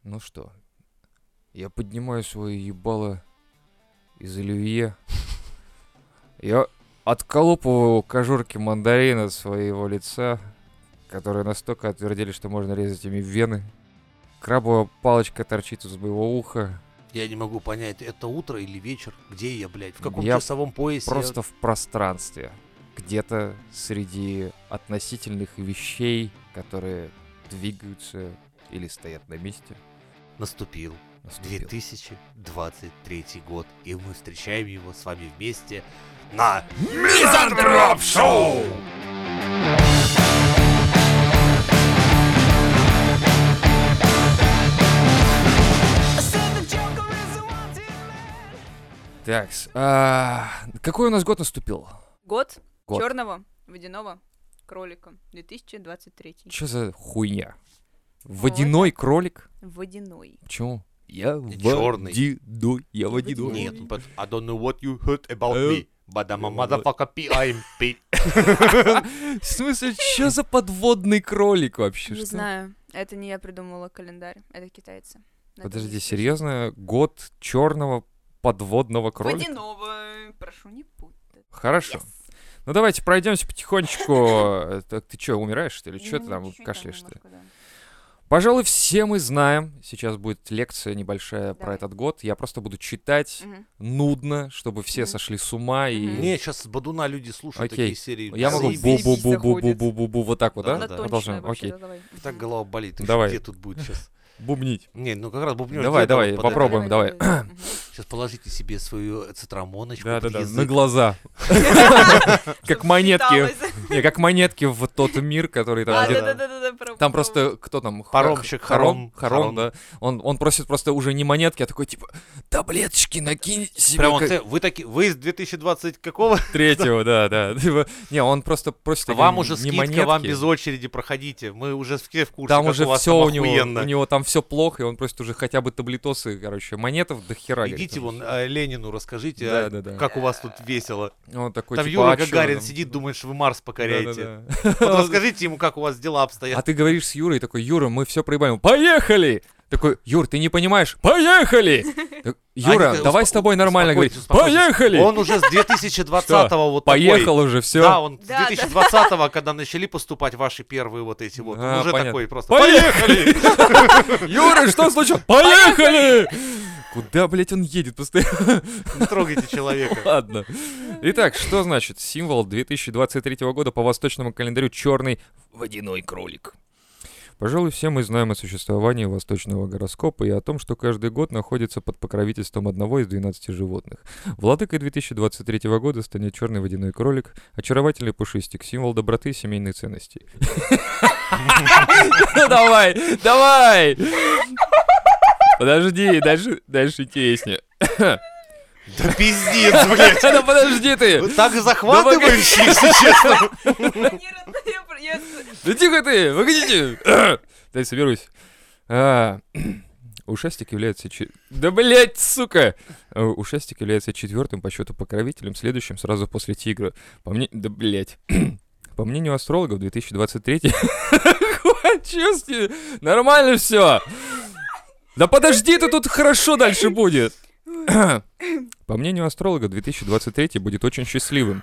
Ну что, я поднимаю свое ебало из оливье. Я отколупываю кожурки мандарина от своего лица, которые настолько отвердели, что можно резать ими вены. Крабовая палочка торчит из моего уха. Я не могу понять, это утро или вечер? Где я, блядь? В каком Я часовом поясе? Просто в пространстве. Где-то среди относительных вещей, которые двигаются или стоят на месте. Наступил 2023 год, и мы встречаем его с вами вместе на Мизантроп Шоу! Так, какой у нас год наступил? Год Год. черного водяного кролика 2023. Что за хуйня? Водяной кролик? Водяной. Почему? Я чёрный. водяной, я водяной. Нет, I don't know what you heard about me, but I'm a motherfucker P.I.M.P. В смысле, что за подводный кролик вообще? Не Что? знаю, это не я придумала календарь, это китайцы. Это Подожди, не серьезно? Год черного подводного кролика? Водяного, прошу не путать. Хорошо. Yes. Ну давайте пройдемся потихонечку. Так ты что, умираешь, что ли? Что ты там Чуть-чуть кашляешь, что ли? немножко, да. Пожалуй, все мы знаем. Сейчас будет лекция небольшая про Давай. этот год. Я просто буду читать Мгм. нудно, чтобы все Мгм. сошли с ума и... Мгм. Не, сейчас с Бадуна люди слушают Окей. такие серии. Я могу Заебись. бу-бу-бу-бу-бу-бу-бу вот так вот, да? Да, Монотонично Продолжаем. вообще, Окей. давай. Так голова болит. Давай. Где тут будет сейчас? Бубнить. Не, ну как раз бубнёж. Давай, давай, подожди. попробуем. давай. Мгм. Сейчас положите себе свою цитрамоночку Да-да-да, под на язык. глаза. Как Чтоб монетки. впиталось. Не, как монетки в тот мир, который там А, где-то... да-да-да-да. Там просто, кто там? Паромщик, Харон, Харон. да. Он просит просто уже не монетки, а такой, типа, таблеточки накинь себе. Прям вы из 2020 какого? Третьего, да. Типа, не, он просто просит... Вам уже не скидка, монетки. вам без очереди проходите. Мы уже все в курсе, Там как уже у вас все там у охуенно. него там все плохо, и он просит уже хотя бы таблетосы, короче, монетов до хера. Идите говорит, вон Ленину расскажите, Да-да-да. как у вас тут весело. Он такой, Там типа, Юра а чё Гагарин там? сидит, думает, что вы Марс покоряете. Да-да-да. Вот расскажите ему, как у вас дела А обстоят. ты говоришь с Юрой, такой, Юра, мы все проебаем. Поехали! Такой, Юр, ты не понимаешь? Поехали! Так, Юра, Они- давай с тобой нормально говорить. успокойтесь. Поехали! Он уже с 2020-го вот такой. Поехал уже, все. Да, он с Да, 2020-го, когда начали поступать ваши первые вот эти вот, он А, уже понятно. такой просто. Поехали! Юра, что случилось? Поехали! Куда, блядь, он едет постоянно? Не трогайте человека. Ладно. Итак, что значит символ 2023 года по восточному календарю черный водяной кролик? Пожалуй, все мы знаем о существовании восточного гороскопа и о том, что каждый год находится под покровительством одного из 12 животных. Владыкой 2023 года станет черный водяной кролик, очаровательный пушистик, символ доброты и семейной ценностей. Ну давай! Подожди, дальше интереснее. Да пиздец, блядь. Да подожди ты! Вы так захватывающе, если честно. Да тихо ты, погодите! Дай соберусь. Ушастик является... Да, блять, сука! Ушастик является четвертым по счету покровителем, следующим сразу после тигра. Да, блять. По мнению астрологов, 2023... Чувствую, нормально все. Да подожди ты, тут хорошо дальше будет. По мнению астролога, 2023 будет очень счастливым.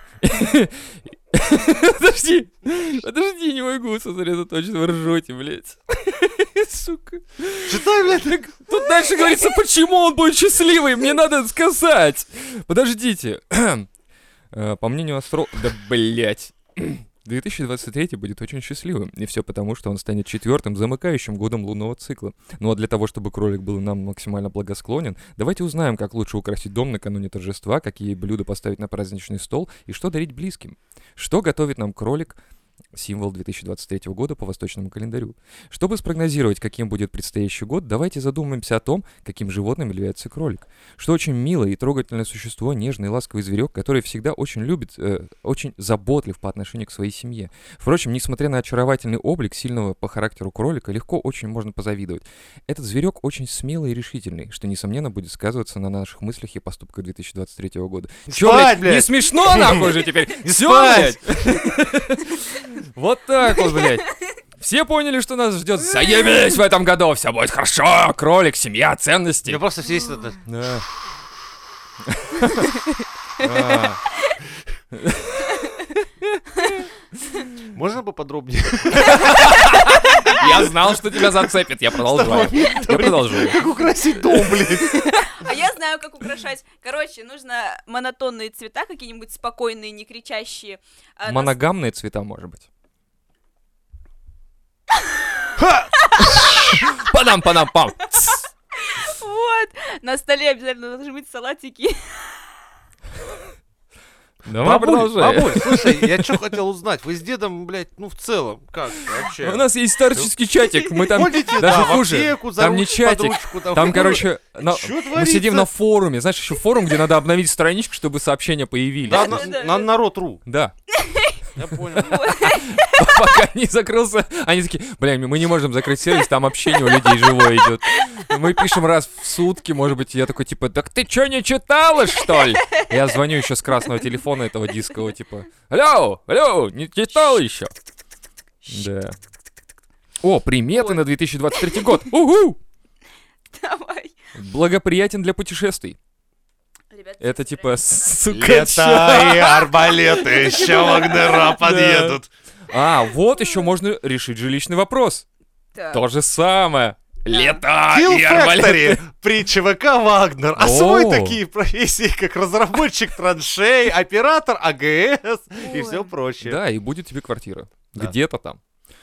Подожди, не могу сосредоточиться, вы ржете, блядь. Сука. Читай, блядь. Так, тут дальше говорится, почему он будет счастливый, мне надо сказать. Подождите. По мнению астролога... Да, блядь. 2023 будет очень счастливым, и все потому, что он станет четвертым замыкающим годом лунного цикла. Ну а для того, чтобы кролик был нам максимально благосклонен, давайте узнаем, как лучше украсить дом накануне торжества, какие блюда поставить на праздничный стол и что дарить близким. Что готовит нам кролик, символ 2023 года по восточному календарю. Чтобы спрогнозировать, каким будет предстоящий год, давайте задумаемся о том, каким животным является кролик. Что очень милое и трогательное существо, нежный и ласковый зверек, который всегда очень любит, очень заботлив по отношению к своей семье. Впрочем, несмотря на очаровательный облик сильного по характеру кролика, легко очень можно позавидовать. Этот зверек очень смелый и решительный, что, несомненно, будет сказываться на наших мыслях и поступках 2023 года. Чё, спать, блядь, не блядь! смешно нахуй же теперь? Не Всё, спать! блядь! Вот так вот, блядь. Все поняли, что нас ждет заебись в этом году, все будет хорошо, кролик, семья, ценности. Я просто все есть это... Да. А. Можно поподробнее? Я знал, что тебя зацепит, я продолжаю. Как украсить дом, блин? А я знаю, как украшать. Короче, нужно монотонные цвета, какие-нибудь спокойные, не кричащие. Моногамные цвета, может быть. Панам-панам-пам. Вот. На столе обязательно должны быть салатики. Давай продолжай. бабуль, слушай, я что хотел узнать? Вы с дедом, блядь, ну в целом, как вообще? У нас есть старческий чатик, мы там Ходите, даже да, в хуже. аптеку, за Там не ручку, под чатик, ручку, там, короче, Чё мы творится? сидим на форуме. Знаешь, еще форум, где надо обновить страничку, чтобы сообщения появились. Да, Да. на народ.ру. Да. Я понял. Пока не закрылся, они такие, бля, мы не можем закрыть сервис, там общение у людей живое идет. Мы пишем раз в сутки, может быть, я такой, типа, так ты что, не читала, что ли? Я звоню еще с красного телефона этого дискового, типа, алло, не читал еще? Да. О, приметы на 2023 год. Угу! Давай. Благоприятен для путешествий. Ребят, Это типа, сука, Лето и арбалеты еще Вагнера подъедут. А, вот еще можно решить жилищный вопрос. так. То же самое. Лето Kill и арбалеты. Factory при ЧВК Вагнер. Освой О. такие профессии, как разработчик траншей, оператор АГС и Ой. все прочее. Да, и будет тебе квартира. Да. Где-то там.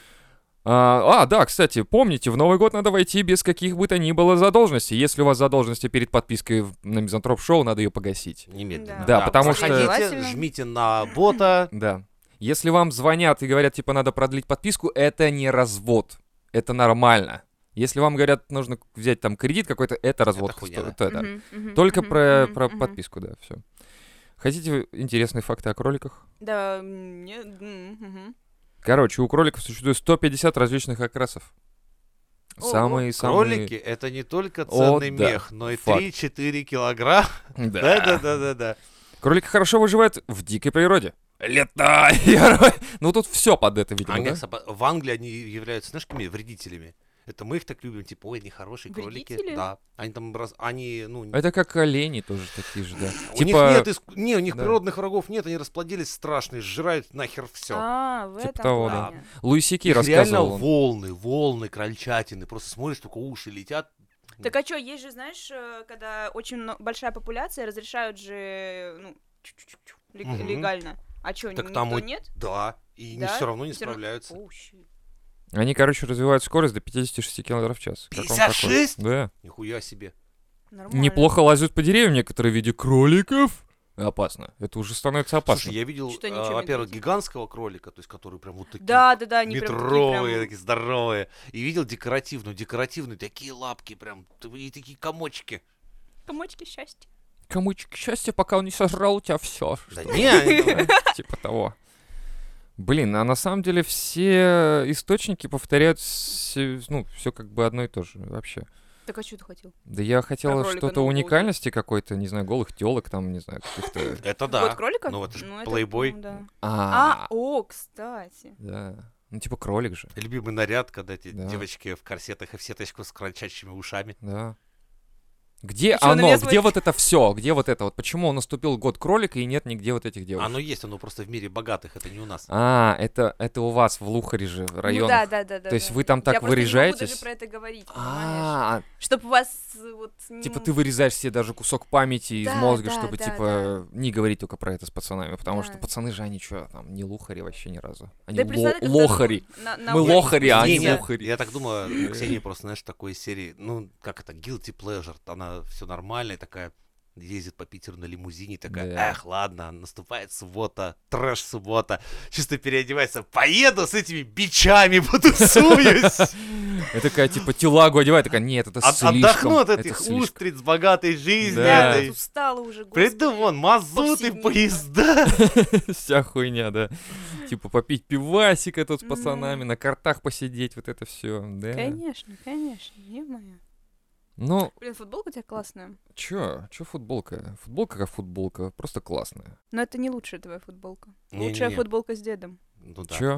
Да, кстати, помните, в Новый год надо войти без каких бы то ни было задолженностей. Если у вас задолженности перед подпиской на Мизантроп Шоу, надо ее погасить. Немедленно. Да, потому что- Заходите, Желательно. жмите на бота. Да. Если вам звонят и говорят, типа, надо продлить подписку, это не развод. Это нормально. Если вам говорят, нужно взять там кредит какой-то, это развод. хуйня, да. Это, да. Мгм, мгм, Только мгм, про мгм. подписку, да, все. Хотите интересные факты о кроликах? Да, нет. Мгм. Короче, у кроликов существует 150 различных окрасов. Ого. Самые... Кролики — это не только О, ценный да. мех, но и Факт. 3-4 килограмма. Да. Да. Кролики хорошо выживают в дикой природе. Летай, герой! Ну тут все под это, видимо, Они да? в Англии они являются, знаешь, какими вредителями. Это мы их так любим, типа, ой, они хорошие кролики. Вредители? Да. Они там, они, ну... Это как олени тоже такие же, да. У них Типа, нет, у них да. природных врагов нет, они расплодились страшные, сжирают нахер все. В Типа этом того, плане. Луи Си Кей Реально рассказывал. волны крольчатины, просто смотришь, только уши летят. Так а что, есть же, знаешь, когда очень большая популяция, разрешают же, ну, чу-чу-чу-чу, Мгм. легально. А что, Так никто там и- нет? Да, и Да? все равно не Всё равно- справляются. Оу, щит. Они, короче, развивают скорость до 56 км в час. Как вам такое? 56? Да. Нихуя себе. Нормально. Неплохо лазят по деревьям некоторые в виде кроликов. Опасно. Это уже становится опасно. Слушай, я видел, Что, ничего, во-первых, медведи? гигантского кролика, то есть который прям вот такие Да, они прям метровые, такие такие здоровые. И видел декоративную, такие лапки прям, и такие комочки. комочки счастья. Комочек счастья, пока он не сожрал у тебя все. Да не, они там- Типа того. Блин, а на самом деле все источники повторяют, ну, все как бы одно и то же вообще. Так а что ты хотел? Да я хотел кролика что-то нового уникальности какой-то, не знаю, голых телок там, не знаю, каких-то... это да. Год кролика? Ну, это ж это, плейбой. ну, да. А, Кстати. да. Ну, типа кролик же, Любимый наряд, когда эти Да. девочки в корсетах и в сеточку с крольчачьими ушами. да. Где чё, на оно? меня Где смотришь? вот это все? Где вот это вот? Почему наступил год кролика и нет нигде вот этих девушек? Оно есть, оно просто в мире богатых, это не у нас. Это у вас в Лухаре же, в Ну, районах. да. То есть вы там так Я просто не могу выряжаетесь? даже про это говорить, понимаешь? А, Чтоб у вас вот... типа ты вырезаешь себе даже кусок памяти из Да, мозга, да, чтобы да, типа не говорить только про это с пацанами, потому Да. что пацаны же они что, там не лухари вообще ни разу. Они Да и представь, как лохари. на Мы улице лохари, а они спуститься. лухари. Я так думаю, у Ксении просто, знаешь, такой серии, ну, как это, guilty pleasure, она все нормально, и такая ездит по Питеру на лимузине, такая, Да. эх, ладно, наступает суббота, трэш-суббота, чисто переодевается, поеду с этими бичами, потусуюсь, И такая типа телагу одевает, такая, нет, это слишком. отдохну от это этих слишком». устриц богатой жизни Да. этой. Устала уже, господи. Приду вон, мазуты, повседневно. поезда. Вся хуйня, да. Типа попить пивасика тут с Мгм. пацанами, на картах посидеть, вот это все, да. Конечно, е-мое. Ну, Блин, футболка у тебя классная. чё футболка? Футболка как футболка, просто классная. Но это не лучшая твоя футболка. Не-не-не. Лучшая футболка с дедом. Ну да. Чё?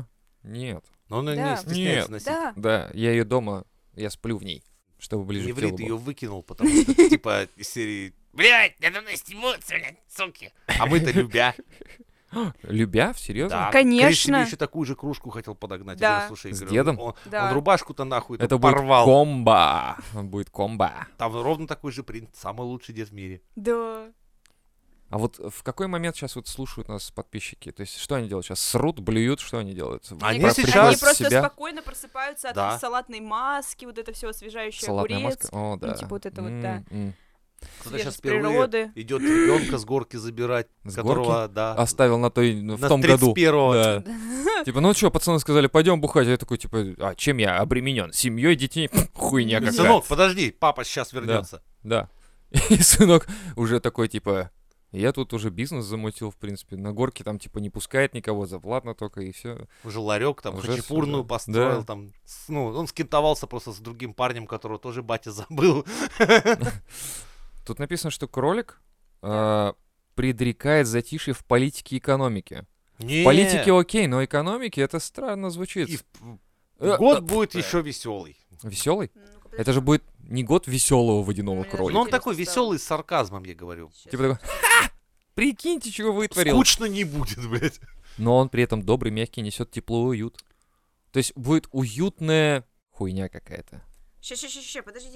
Нет. Но он не Да. стесняется Нет. носить. Да. Да, я ее дома, я сплю в ней, чтобы ближе Не к телу врит, было. ее выкинул, потому что, типа, из серии «Блядь, надо мной стимутся, блядь, суки!» А мы-то любя. Любя? Серьезно? Да. Конечно. Крис себе еще такую же кружку хотел подогнать. Я Да. говорю, слушай, С говорю, дедом? Он Да. рубашку-то нахуй Это тут будет порвал. комбо. Будет комбо. Там ровно такой же принт. Самый лучший дед в мире. Да. А вот в какой момент сейчас вот слушают нас подписчики? То есть что они делают сейчас? Срут, блюют, что они делают? Они Мне сейчас- кажется, Приходят они в просто себя? спокойно просыпаются от Да. салатной маски, вот это все освежающий Салатная огурец. маска? О, да. типа вот это вот, да. Кто-то Свежесть сейчас впервые природы. идет ребенка с горки забирать, С которого, да, Оставил на той, ну, в на том году. 31-го. Да. Типа, ну что, пацаны сказали, пойдем бухать. А я такой, типа, а чем я обременен? Семьей, детьми? Хуйня какая. Сынок, подожди, папа сейчас вернется. Да. И сынок уже такой, типа, я тут уже бизнес замутил, в принципе. На горке там, типа, не пускает никого, заплатно только, и все. Уже ларек там, Уже хачапурную всё, да. построил, Да. там, ну, он скинтовался просто с другим парнем, которого тоже батя забыл. Тут написано, что кролик предрекает затишье в политике и экономике. Не. В политике окей, но экономике это странно звучит. И год будет еще веселый. Веселый? Ну-ка, Это же подожди. будет не год веселого водяного Мне даже кролика. Но он интересно такой стало. веселый с сарказмом, я говорю. Щас. Типа такой, прикиньте, чего вытворил. Скучно не будет, блядь. Но он при этом добрый, мягкий, несет тепло и уют. То есть будет уютная хуйня какая-то. Ща, подождите.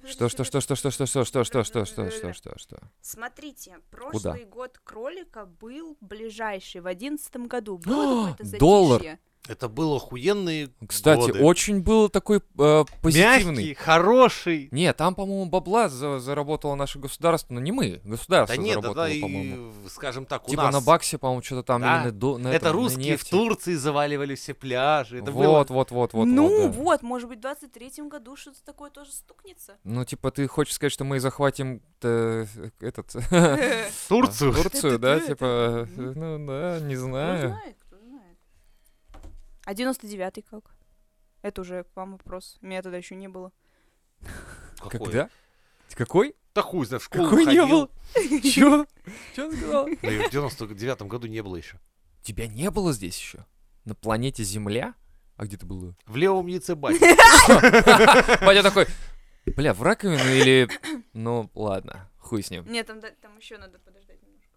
Что? Смотрите, Куда? прошлый год кролика был ближайший, в 2011 году. Было какое-то Доллар. затишье. Это был охуенные Кстати, годы. очень был такой позитивный. Мягкий, хороший. Не, там, по-моему, бабла заработало наше государство, но не мы, государство Да нет, заработало, да, по-моему. и, скажем так, у Типа нас... на баксе, по-моему, что-то там, Да. или на Это этом, на русские в нефти. Турции заваливали все пляжи. Это было... Вот. Ну да. вот, может быть, в 23-м году что-то такое тоже стукнется. Ну, типа, ты хочешь сказать, что мы захватим этот... Турцию. Турцию, да, типа, ну да, не Кто знаю. знает, кто знает. А 99-й как? Это уже к вам вопрос. Меня тогда еще не было. Какой? Когда? Какой? Да хуй знает, в школу Какой не ходил. был? Чё? Чё ты сказал? Да и в 99-м году не было еще. Тебя не было здесь еще? На планете Земля? А где ты был? В левом яйце батя. Батя такой, бля, в раковину или... Ну, ладно, хуй с ним. Нет, там еще надо подождать немножко.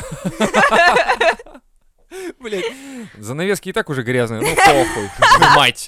Блять, занавески и так уже грязные, ну похуй, мать.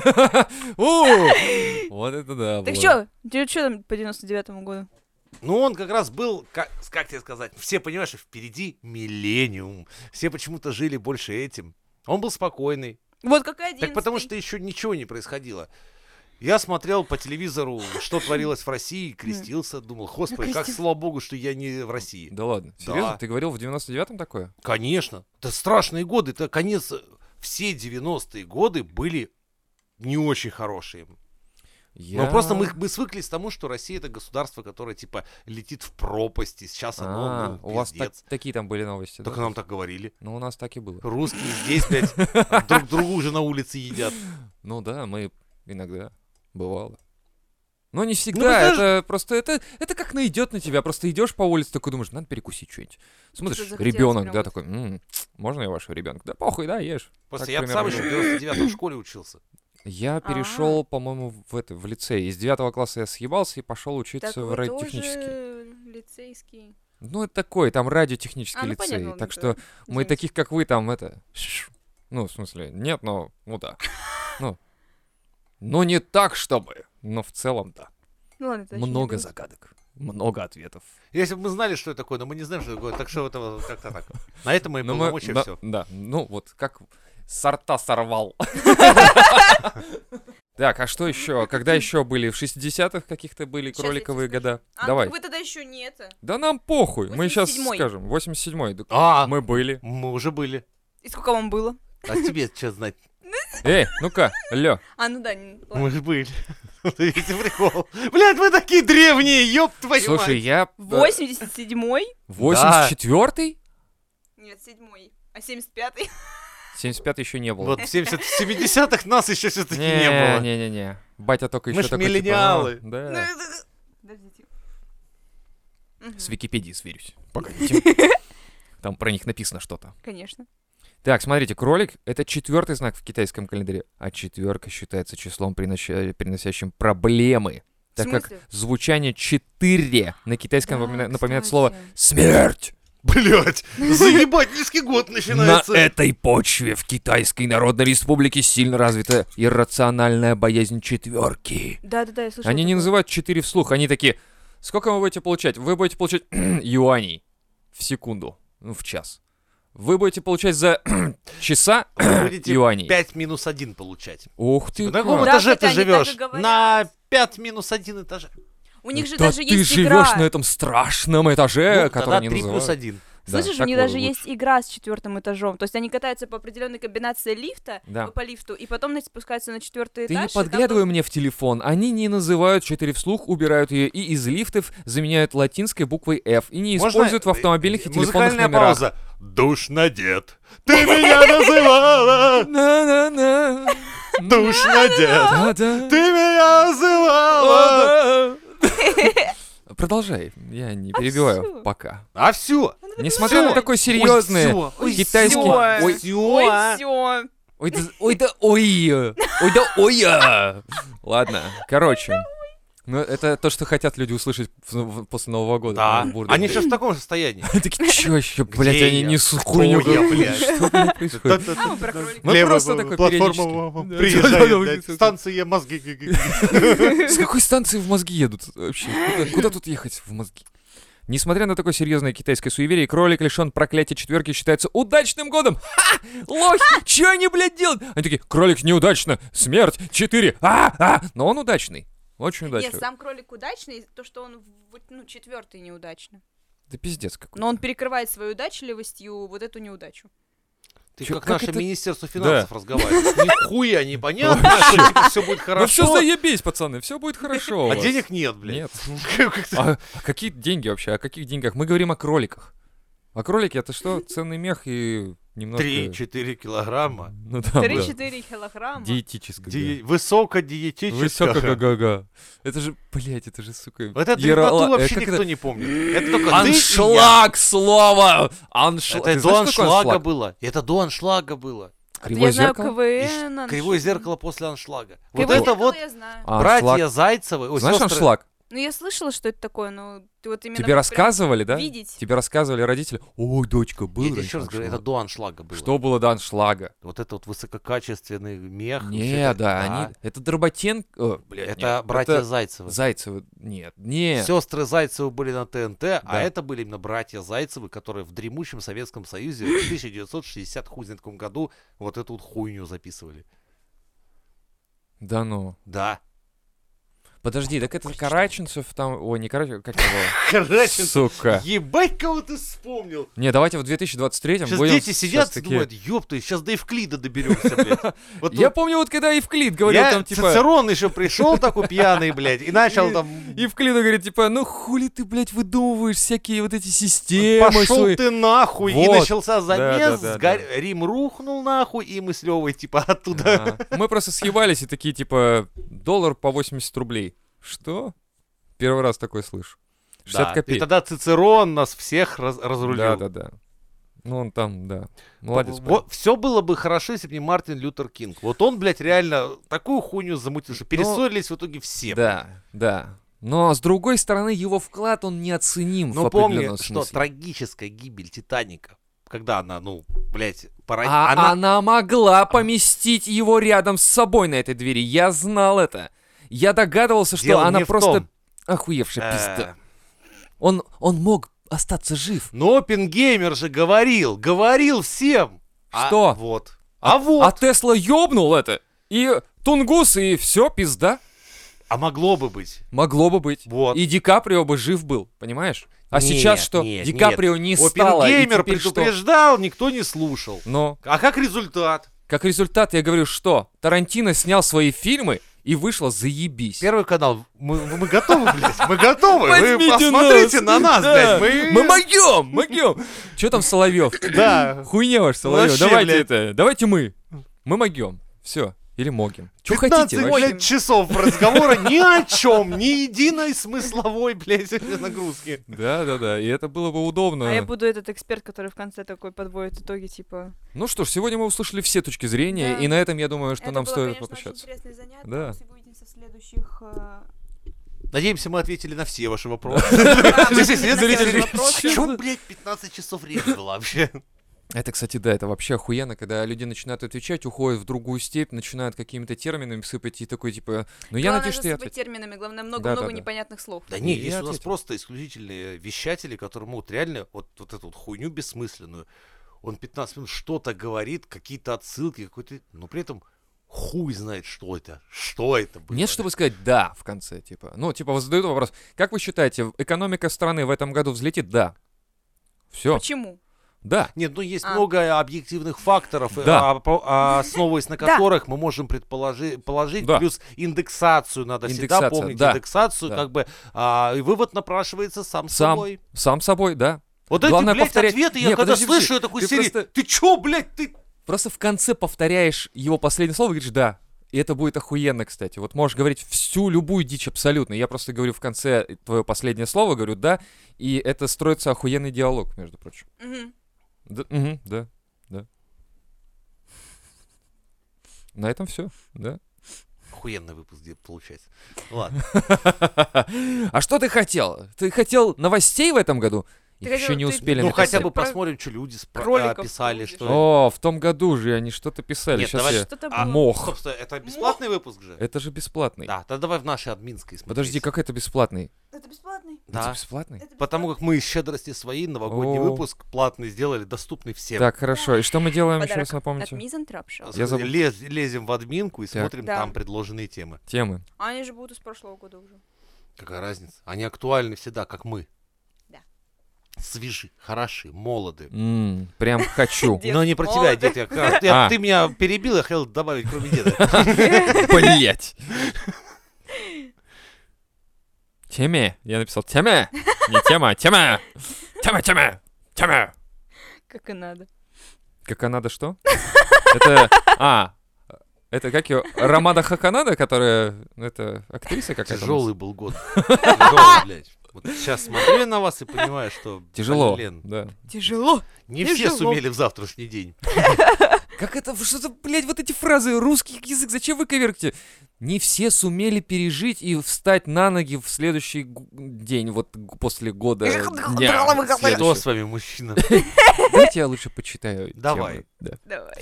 Вот это да. Так было. что там по 99-му году? Ну, он как раз был, как тебе сказать, все понимаешь, что впереди миллениум. Все почему-то жили больше этим. Он был спокойный. Вот какая 11-й? Так потому что еще ничего не происходило. Я смотрел по телевизору, что творилось в России, крестился, думал, господи, как слава богу, что я не в России. Да ладно, серьезно? Да. Ты говорил в 99-м такое? Конечно. Это страшные годы, это конец. Все 90-е годы были не очень хорошие. Но просто мы свыклись к тому, что Россия это государство, которое типа летит в пропасти. Сейчас оно, У вас пиздец. такие там были новости, Так да? нам так говорили. Ну, у нас так и было. Русские здесь, блядь, друг другу уже на улице едят. Ну да, мы иногда бывало. Но не Ну, всегда, это ж- это просто, это как найдет на тебя, просто идешь по улице, такой думаешь, надо перекусить что-нибудь. Смотришь, захотелось ребенок, прям да, вот. такой, можно я вашего ребенка? Да похуй, да, ешь. Просто Так я сам примерно еще в 99-м в школе учился. Я перешел, по-моему, в лицей. Из 9 класса я съебался и пошел учиться Так в вы радиотехнический. тоже лицейский. Ну, это такой, там радиотехнический Ну, лицей. понятно, Так ладно, что да. мы Извините. таких, как вы, там, ну, в смысле, нет, но, ну да. Ну, не так, чтобы, но в целом, да. Ну ладно, это очень Много не загадок, много ответов. Если бы мы знали, что это такое, но мы не знаем, что это такое, так что это как-то так. На этом мои Но полномочия да, все. да, ну вот как сорта сорвал. Так, а что еще? Когда еще были? В 60-х каких-то были Щас я кроликовые тебе скажу. года? А, Давай. вы тогда еще не это. Да нам похуй. Мы сейчас 87-й. скажем. 87-й. Да А, мы были. мы уже были. И сколько вам было? А тебе что знать? Эй, ну-ка, алло. А, ну да, ладно. Мы же были. Видите, прикол. Блядь, вы такие древние, ёб твою Слушай, мать. я... 87-й? 84-й? Нет, 7-й. А 75-й? 75-й еще не было. Вот в 70-х нас еще все-таки не было. Не-не-не. Батя только Мы еще ж такой, типа, миллениалы. да. Подождите. С Википедией сверюсь. Погодите. Там про них написано что-то. Конечно. Так, смотрите, кролик — это 4-й знак в китайском календаре, а 4 считается числом, приносящим проблемы, В так как смысле? звучание 4 на китайском Да, напоминает кстати. слово «смерть». Блять, заебать, низкий год На начинается. этой почве в Китайской Народной Республике сильно развита иррациональная боязнь 4. Да-да-да, я слышала. Они не такое. называют 4 вслух, они такие: сколько вы будете получать? Вы будете получать юаней в секунду, ну, в час. Вы будете получать за часа Вы будете юаней. 5 минус 1 получать. Ух ты, На каком как. Да, этаже ты кстати, они так и живешь? говорят. На 5 минус 1 этаже. У них же Да даже ты есть живешь игра. на этом страшном этаже, Ну, который тогда они 3 плюс называют. 1. Да, Слышишь, у так них вот даже лучше. есть игра с 4-м этажом. То есть они катаются по определенной комбинации лифта, Да. по лифту, и потом спускаются на 4-й Ты этаж. не и там подглядывай мне в телефон. Они не называют 4 вслух, убирают ее и из лифтов заменяют латинской буквой F и не используют в автомобильных и телефонных Музыкальная номерах. пауза. Душ надет. Ты меня называла. На-на-на. Душ надет. Да-да. Ты меня называла. Продолжай, я не перебиваю всё. пока. А все. Несмотря на такое серьезное китайский... Ой, Ой, все. Ой, да, ой, да, ой, ой, да, ой. Ладно, короче. Ну, это то, что хотят люди услышать после Нового года. Да. в Бурдоне. Они сейчас в таком состоянии. Они такие, чё еще, блядь, Где они я? несут Кто хуйню. я, блядь? Что блядь, происходит? А вы про кролика. Мы Левая просто такой платформа периодически. приезжает, Да, блядь, станция мозги. С какой станции в мозги едут вообще? Куда тут ехать в мозги? Несмотря на такое серьезное китайское суеверие, кролик лишен проклятия 4 считается удачным годом. Ха! Лохи! Чё они, блядь, делают? Они такие: кролик неудачно, смерть, 4. Но он удачный. Очень Нет, удачный. сам кролик удачный, то, что он, 4-й неудачно. Да пиздец какой. Но он перекрывает свою удачливостью вот эту неудачу. Ты Чё, как как наше это- Министерство финансов разговариваешь. Нихуя непонятно, что типа все будет Ну все хорошо, заебись, пацаны, все будет хорошо. у а вас. денег нет, блядь. Нет. Как-то- А какие деньги вообще? О каких деньгах? Мы говорим о кроликах. А кролики — это что? Ценный мех и немножко... 3-4 килограмма. Ну да, да. 3-4 килограмма. Диетическое. Высокодиетическое. Высоко-га-га-га. Это же, блядь, это же, сука... Вот эту Ярала- ебноту вообще как никто это? не помнит. Это только ты и я. Аншлаг слово! Аншлаг. Это Ты до знаешь, что такое аншлага было. Это до аншлага было. Кривое Я знаю зеркало? КВН. Кривое зеркало после аншлага. Вот Кривое это зеркало вот я знаю. А, братья аншлаг. Зайцевы. ой, Знаешь сестры- аншлаг? Ну, я слышала, что это такое, но ты вот именно... Тебе прям рассказывали, да? видеть. Тебе рассказывали родители? Ой, дочка, был Я тебе раньше еще раз говорю, это аншлаг». до аншлага было. Что было до аншлага? Вот это вот высококачественный мех. и всё Не, это- да, они... Это Дроботенко... блядь, Это нет, братья это Зайцевы. Зайцевы. Нет, нет. Сестры Зайцевы были на ТНТ, Да. а это были именно братья Зайцевы, которые в дремучем Советском Союзе в 1960 хуй знает каком году вот эту вот хуйню записывали. Да ну. Да. Подожди, так это Караченцев там... Ой, не Караченцев, как его? Караченцев. Сука. Ебать, кого ты вспомнил. Не, давайте в 2023-м Сейчас будем... дети сидят щас и такие- думают, ёпта, сейчас до Евклида доберемся, блядь. Вот Я тут помню, вот когда Евклид говорил я там, типа... Цицерон еще пришел такой пьяный, блядь, и начал там... Евклид говорит, типа, ну хули ты, блядь, выдумываешь всякие вот эти системы Пошел свои. ты нахуй, и Вот. начался замес, Да. Рим рухнул нахуй, и мы с Левой типа оттуда. Мы просто съебались и такие, типа, $1 по 80 рублей. Что? Первый раз такое слышу. 60 Да, и копеек. тогда Цицерон нас всех разрулил. Да. Ну он там, да. Молодец. парень. Вот, все было бы хорошо, если бы не Мартин Лютер Кинг. Вот он, блядь, реально такую хуйню замутил, что перессорились в итоге все. Да. Но с другой стороны, его вклад, он неоценим в Но помни, определенном что смысле. трагическая гибель Титаника, когда она, блядь, А она могла поместить его рядом с собой на этой двери. Я знал это. Я догадывался, что Дело она не в просто том. охуевшая Э, пизда. Он мог остаться жив. Но Оппенгеймер же говорил всем. Что? Вот. А вот. Тесла ёбнул это. И Тунгус, и все, пизда. А могло бы быть. Могло бы быть. Вот. И Ди Каприо бы жив был, понимаешь? А Нет, сейчас что? нет, Ди нет. Каприо не стало. и Оппенгеймер теперь что? предупреждал, никто не слушал. Но, А как результат? как результат, я говорю, что Тарантино снял свои фильмы, и вышло заебись. Первый канал, мы готовы, блядь, мы готовы. Вы Возьмите посмотрите нас. на нас, Да. блядь. Мы могем. Че там Соловьев? Да. Хуйня ваш Соловьев. Вообще, Давайте блядь. это. Давайте мы. Мы могем. Все. Или могим. Что 15, хотите вообще? блядь, часов разговора ни о чем, ни единой смысловой, блядь, нагрузки. Да, и это было бы удобно. А я буду этот эксперт, который в конце такой подводит итоги, типа... Ну что ж, сегодня мы услышали все точки зрения, Да. и на этом, я думаю, что Это нам было, стоит конечно, попрощаться. очень интересное занятие. Да. Мы увидимся в следующих... Надеемся, мы ответили на все ваши вопросы. вопросы. О чем, блядь, 15 часов речи было вообще? Это, кстати, да, это вообще охуенно, когда люди начинают отвечать, уходят в другую степь, начинают какими-то терминами сыпать, и такой, типа, ну я надеюсь, что я засыпать ответил. терминами, главное, Да-да-да. много-много непонятных слов. Да не, Я есть у нас ответил. просто исключительные вещатели, которые могут реально вот эту вот хуйню бессмысленную. Он 15 минут что-то говорит, какие-то отсылки, какой-то... Но при этом хуй знает, что это. Что это было. Нет, чтобы сказать «да» в конце, типа. Ну, типа, вот задают вопрос, как вы считаете, экономика страны в этом году взлетит? Да. Все. Почему? Да. Нет, ну есть много объективных факторов, Да. основываясь на которых мы можем положить, Да. плюс индексацию надо всегда Индексация, помнить, да. индексацию, Да. как бы, и вывод напрашивается сам Сам. собой. Сам собой, да. Вот Главное эти, блядь, повторять. ответы, я Не, когда подожди, слышу, я такой ты серии, просто- ты чё, блядь, ты... Просто в конце повторяешь его последнее слово и говоришь «да». И это будет охуенно, кстати. Вот можешь говорить всю любую дичь абсолютно. Я просто говорю в конце твое последнее слово, говорю «да», и это строится охуенный диалог, между прочим. Мгм. Да. На этом все, да. Охуенный выпуск где получается. Ладно. А что ты хотел? Ты хотел новостей в этом году? Ты Их хотел- еще не ты- успели Ну написать. хотя бы Про посмотрим, что люди кроликов писали, будешь. что... О, в том году же они что-то писали. Нет, Сейчас давай- я... Что-то А, было. Мох. Стоп, стой, это бесплатный выпуск же? Это же бесплатный. Да, тогда давай в нашей админской смотреть. Подожди, как это бесплатный? Это бесплатный. Это Да. бесплатный? Это Потому как мы из щедрости своей новогодний О. выпуск платный сделали, доступный всем. Так, хорошо. И что мы делаем, еще Подарок раз напомните? От Мизантроп Шоу. Я забыл. Лезем в админку и Так. смотрим Да. там предложенные темы. Темы. А они же будут из прошлого года уже. Какая разница? Они актуальны всегда, как мы. Да. Свежи, хороши, молоды. Прям хочу. Дед Но не про тебя, молодый. дед. А. Ты меня перебил, я хотел добавить, кроме деда. Блять. Теме. Я написал теме. Не тема, а тема. Тема. Как и надо. Как надо что? Это... Это как ее? Рамада Хаканада, которая... Это актриса какая-то? у нас? Тяжелый был год. Тяжелый, блядь. Вот сейчас смотрю я на вас и понимаю, что... Тяжело, блин, да. Тяжело. не все Тяжело. сумели в завтрашний день. Как это? Что-то, блядь, вот эти фразы, русский язык, зачем вы коверките? Не все сумели пережить и встать на ноги в следующий день, вот после года дня. Кто следующего. с вами, мужчина? Давайте я лучше почитаю. Давай. темы. Да. Давай.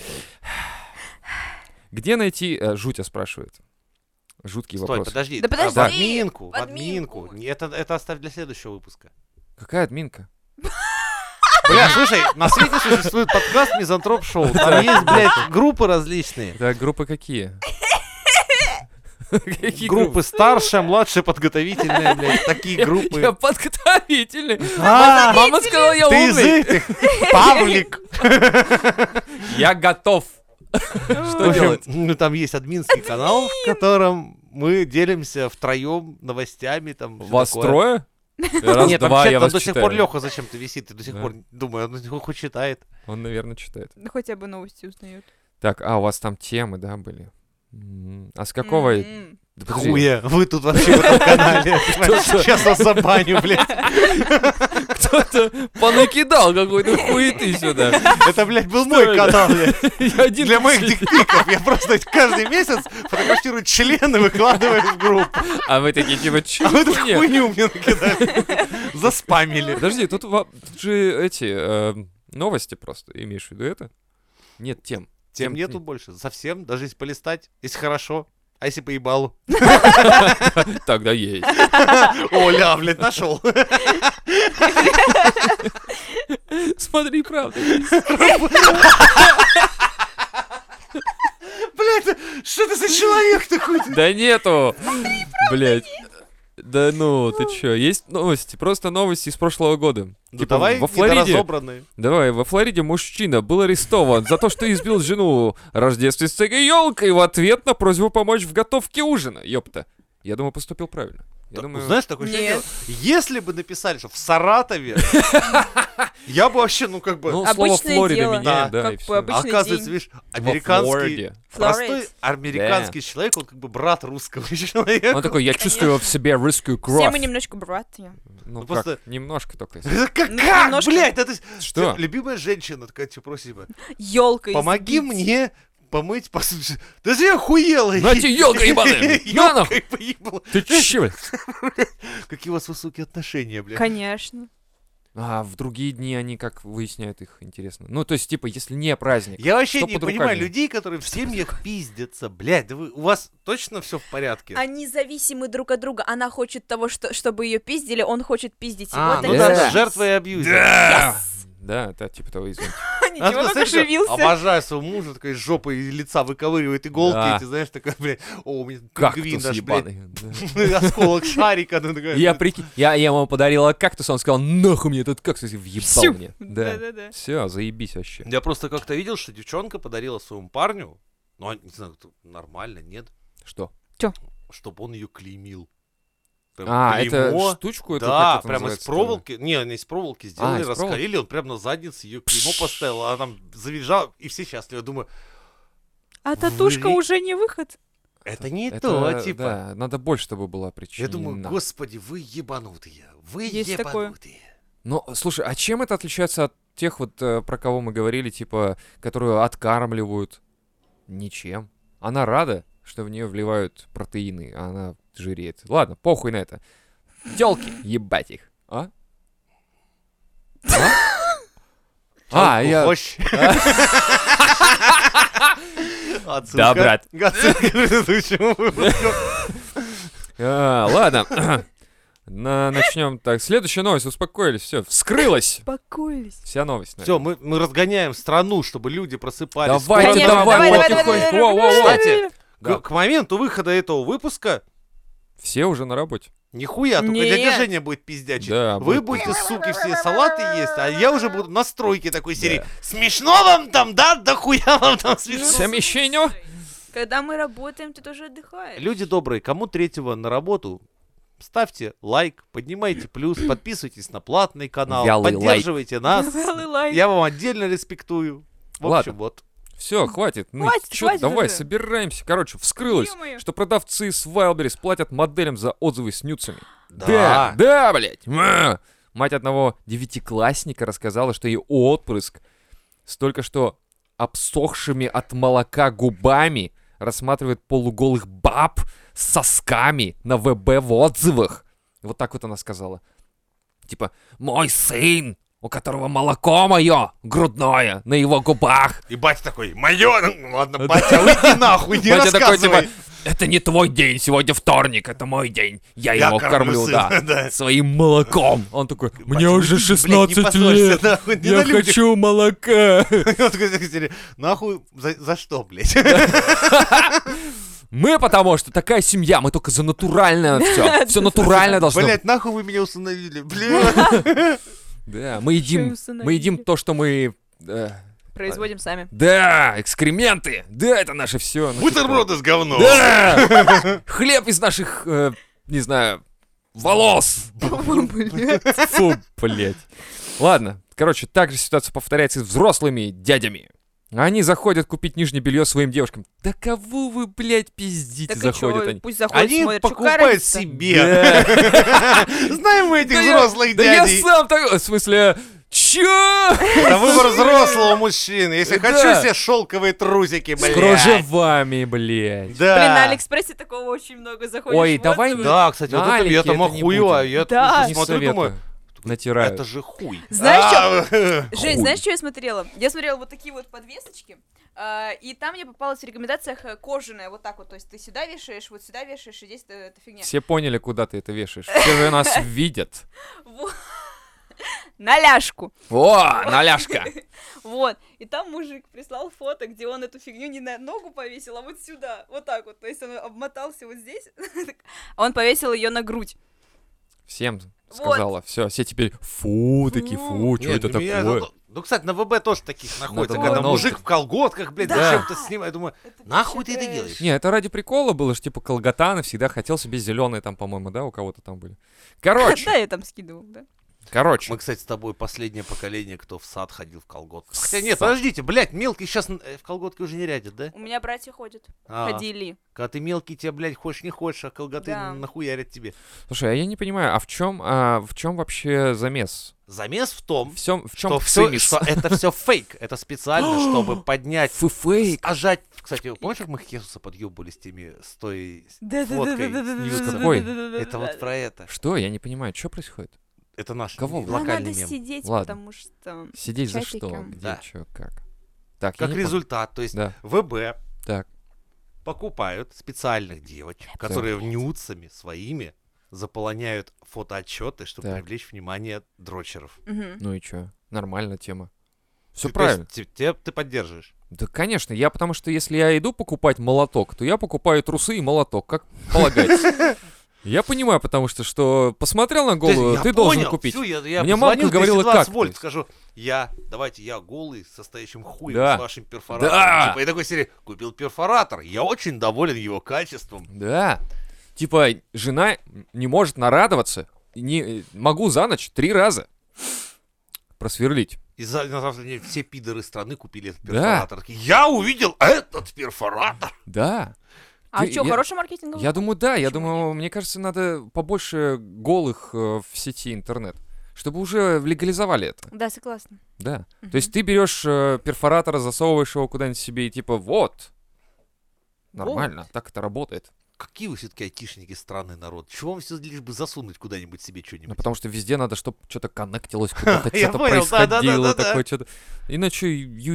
Где найти... Жутя спрашивает. Жуткий Стой, вопрос. подожди. Да подожди, В админку, в в админку. админку. Это оставь для следующего выпуска. Какая админка? Бля, слушай, на свете существует подкаст Мизантроп Шоу. Там есть, блядь, группы различные. Так, группы какие? Какие Группы старшая, младшая, подготовительная, блядь. Такие группы. Я подготовительный. А, Мама сказала, я ты из умный. этих. Павлик. Я готов. В Что общем, делать? ну там есть админский канал, в котором мы делимся втроем новостями. Там, всё Вас такое. трое? Раз, Нет, там два, чат, я там вас до сих читаю. пор Леха зачем-то висит, и до сих Да. пор думаю, он хоть читает. Он, наверное, читает. Ну хотя бы новости узнают. Так, у вас там темы, да, были? А с какого... М-м. Да подожди. Хуя, вы тут вообще в этом канале. Сейчас вас забаню, блядь. Кто-то понакидал какой-то хуеты сюда. Это, блядь, был Что мой это? канал, блядь. Я один Для моих дикпиков. Я просто каждый месяц фотографирую члены, выкладываю в группу. А вы такие, типа, А чё? вы тут хуйня? хуйню мне накидали. Заспамили. Подожди, тут же эти новости просто, имеешь в виду это? Нет тем. Тем нету больше. Совсем. Даже если полистать. Если хорошо. А если поебалу? Тогда есть. Оля, блядь, нашел. Смотри, правда. Блядь, что ты за человек такой? Да нету. Блять. Да ну, ты чё? Есть новости, просто новости из прошлого года. Ну Типа, давай во Флориде... недоразобранные. Давай, во Флориде мужчина был арестован за то, что избил жену рождественской елкой в ответ на просьбу помочь в готовке ужина. Ёпта. Я думаю, поступил правильно. Я думаю... Знаешь, такое ощущение, если бы написали, что в Саратове, я бы вообще, ну, как бы... Ну, слово Обычное Флорида дело. меняет, Да, да, как и бы всё. обычно. Обычный Оказывается, день. видишь, Во американский, Флориде. простой Флорид. американский человек, он как бы брат русского человека. Он такой, я чувствую в себе русскую Все кровь. мы немножко братья. Ну, Ну, как, просто- немножко только. Это как, Ну, как, немножко. блядь, это... Что? Любимая женщина такая тебя просит, типа, Елка помоги мне помыть посуду. Да ты охуела! На тебе ёлка ебаная! На нахуй! Ёлкой поебала. Ты чё, блядь? Какие у вас высокие отношения, блядь. Конечно. А в другие дни они как выясняют их, интересно? Ну, то есть, типа, если не праздник. Я вообще Что не под понимаю руками? людей, которые в семьях пиздятся. Блядь, да у вас точно все в порядке? Они зависимы друг от друга. Она хочет того, чтобы ее пиздили, он хочет пиздить его. А, Вот ну они да, Да. да, зависимы. жертва и абьюзер. Да! Да, это типа того, извините. Ничего, как знаешь, что оживился. обожаю своего мужа, такой жопой из лица выковыривает иголки, Да. эти, знаешь, такая, блядь, о, у меня пингвин Кактус наш, блядь, ебаный. Да. осколок шарика. Ну, такая, Я прикинь, я ему подарила кактус, он сказал, нахуй мне этот кактус, и въебал Всю. мне. Да. Да-да-да. Все, заебись вообще. Я просто как-то видел, что девчонка подарила своему парню, ну, не знаю, нормально, нет, Что? чтобы он ее клеймил. Прям А, это клеймо. штучку? Это Да, как это прямо из называется? проволоки. Не, они из проволоки сделали, из проволоки? раскалили, он прям на заднице ее клеймо поставил, а она там завизжала, и все счастливы. Я думаю, А татушка Вы- уже не выход. это не Это, то, типа. Да, надо больше, чтобы была причина. Я думаю, господи, вы ебанутые. Вы Есть такое. ебанутые. Ну, слушай, а чем это отличается от тех вот, про кого мы говорили, типа, которую откармливают? Ничем. Она рада, что в нее вливают протеины, а она жиреет. Ладно, похуй на это. Тёлки, ебать их. А? А, я... Хощ. Да, брат. Отсылка к предыдущему выпуску. Ладно. Начнем так. Следующая новость. Успокоились. Все, вскрылась. Успокоились. Вся новость. Все, мы разгоняем страну, чтобы люди просыпались. Давайте, Конечно, давай, давай, потихоньку. давай, Воу, воу, воу. Кстати, Да. к моменту выхода этого выпуска Все уже на работе. нихуя, только Нет. дядя Женя будет пиздячить. Да, Вы будет. будете, суки, все салаты есть, а я уже буду на стройке такой серии. Да. Смешно вам там, да? Да хуя вам там смешно. Совмещение. Когда мы работаем, ты тоже отдыхаешь. Люди добрые, кому третьего на работу, ставьте лайк, поднимайте плюс, подписывайтесь на платный канал, Вялый поддерживайте нас. Вялый лайк. Я вам отдельно респектую. В общем, Ладно. вот. Все, хватит. Ну, Хватит, чё, хватит давай, уже. собираемся. Короче, вскрылось, Ё-моё. что продавцы с Wildberries платят моделям за отзывы с нюцами. Да. Да, блядь. Мать одного девятиклассника рассказала, что ее отпрыск с только что обсохшими от молока губами рассматривает полуголых баб с сосками на ВБ в отзывах. Вот так вот она сказала. Типа, мой сын, у которого молоко мое грудное на его губах. И батя такой, моё, ну ладно, батя, уйди нахуй, не Батя такой, рассказывай. типа, это не твой день, сегодня вторник, это мой день. Я его кормлю, сына, да, да. своим молоком. Он такой, мне Батя, уже уйди, блядь, не 16 поссорься, лет, нахуй, не я на людях. хочу молока. Он такой, нахуй, за что, блядь? Мы потому что такая семья, мы только за натуральное все. Все натурально должно быть. Блядь, нахуй вы меня установили, блядь. Да, мы едим установили? то, что мы... Производим сами. Да, экскременты. Да, это наше все. Бутерброды с говном. Да! Хлеб из наших, не знаю, волос. Фу, блядь. Ладно, короче, так же ситуация повторяется и с взрослыми дядями. Они заходят купить нижнее белье своим девушкам. Да кого вы, блядь, пиздите, Так и заходят чё, они? пусть заходят, Они смотрят. Чё, какая покупают разница? себе. Да. Знаем мы этих Да я- взрослых Да я дядей. сам такой, в смысле, чё? Это выбор взрослого мужчины. Если Да. хочу себе шелковые трусики, С блядь. кружевами, блядь. Да. Блин, на Алиэкспрессе такого очень много заходишь. Ой, в давай отзывы. Да, кстати, вот На это я Алике там это не охуеваю. будем. Я Да. Не смотрю, думаю, советую. Натирают. это же хуй. Знаешь, А, Жень, Хуй. знаешь, что я смотрела? Я смотрела вот такие вот подвесочки, и там мне попалась в рекомендациях кожаная, вот так вот, то есть ты сюда вешаешь, вот сюда вешаешь, и здесь эта фигня. Все поняли, куда ты это вешаешь. Все же нас видят. Вот. На ляжку. О, наляшка. Вот. И там мужик прислал фото, где он эту фигню не на ногу повесил, а вот сюда. Вот так вот. То есть он обмотался вот здесь, а он повесил ее на грудь. Всем сказала. Все теперь фу, такие фу, что Нет, это для меня такое? Ну, кстати, на ВБ тоже таких находится, Надо когда много. мужик в колготках, блядь, Да. зачем-то снимает. Я думаю, нахуй ты это трэш. делаешь? Не, это ради прикола было, что типа колготаны всегда хотел себе зеленые там, по-моему, да, у кого-то там были. Короче, Да, я там скидывал, да. короче. Мы, кстати, с тобой последнее поколение, кто в сад ходил в колготках. Хотя нет, подождите, блядь, мелкий сейчас в колготке уже не рядит, да? У меня братья ходят. А, Ходили. Когда ты мелкий, тебя, блядь, хочешь не хочешь, а колготы Да. нахуярят тебе. Слушай, а я не понимаю, а в чем вообще замес? Замес в том, В чем что, цимис? что это все фейк. Это специально, чтобы поднять... Фейк. Ожать. Кстати, помнишь, как мы Хесуса подъебывали с той фоткой с Ньюсом? Какой? Это вот про это. Что? Я не понимаю, что происходит? Это наш Кого вы? Нам локальный надо мем. сидеть, Ладно. потому что... Сидеть за что? Чатиком. Где, Да. что, как? Так, я Как не понял. результат, то есть Да, ВБ так. покупают специальных девочек, которые нюцами своими заполоняют фотоотчеты, чтобы Так. привлечь внимание дрочеров. Мгм. Ну и что? Нормальная тема. Все То правильно. есть ты поддерживаешь. Да, конечно, потому что если я иду покупать молоток, то я покупаю трусы и молоток, как полагается. Я понимаю, потому что посмотрел на голую, Я ты должен понял, купить. всё, я Мне позвоню мамка говорила, 220 как вольт, ты? скажу, давайте я голый, состоящим хуем Да. с вашим перфоратором. Да. Типа, и такой серии, купил перфоратор, я очень доволен его качеством. Да. Типа, жена не может нарадоваться. Могу за ночь 3 раза просверлить. И на завтра день все пидоры страны купили этот Да. перфоратор. Такие, я увидел этот перфоратор. Да. А Ты- что, я- хороший маркетинговый? Я думаю, да. Я Почему думаю, мне кажется, надо побольше голых в сети интернет, чтобы уже легализовали это. Да, согласна. Да. Мгм. То есть ты берешь перфоратор, засовываешь его куда-нибудь себе и типа вот. Нормально, так это работает. Какие вы все-таки айтишники, странный народ. Чего вам все лишь бы засунуть куда-нибудь себе Ну, что-нибудь? потому что везде надо, чтобы что-то коннектилось, куда-то Я что-то понял, происходило, да-да-да-да-да. такое что-то. Иначе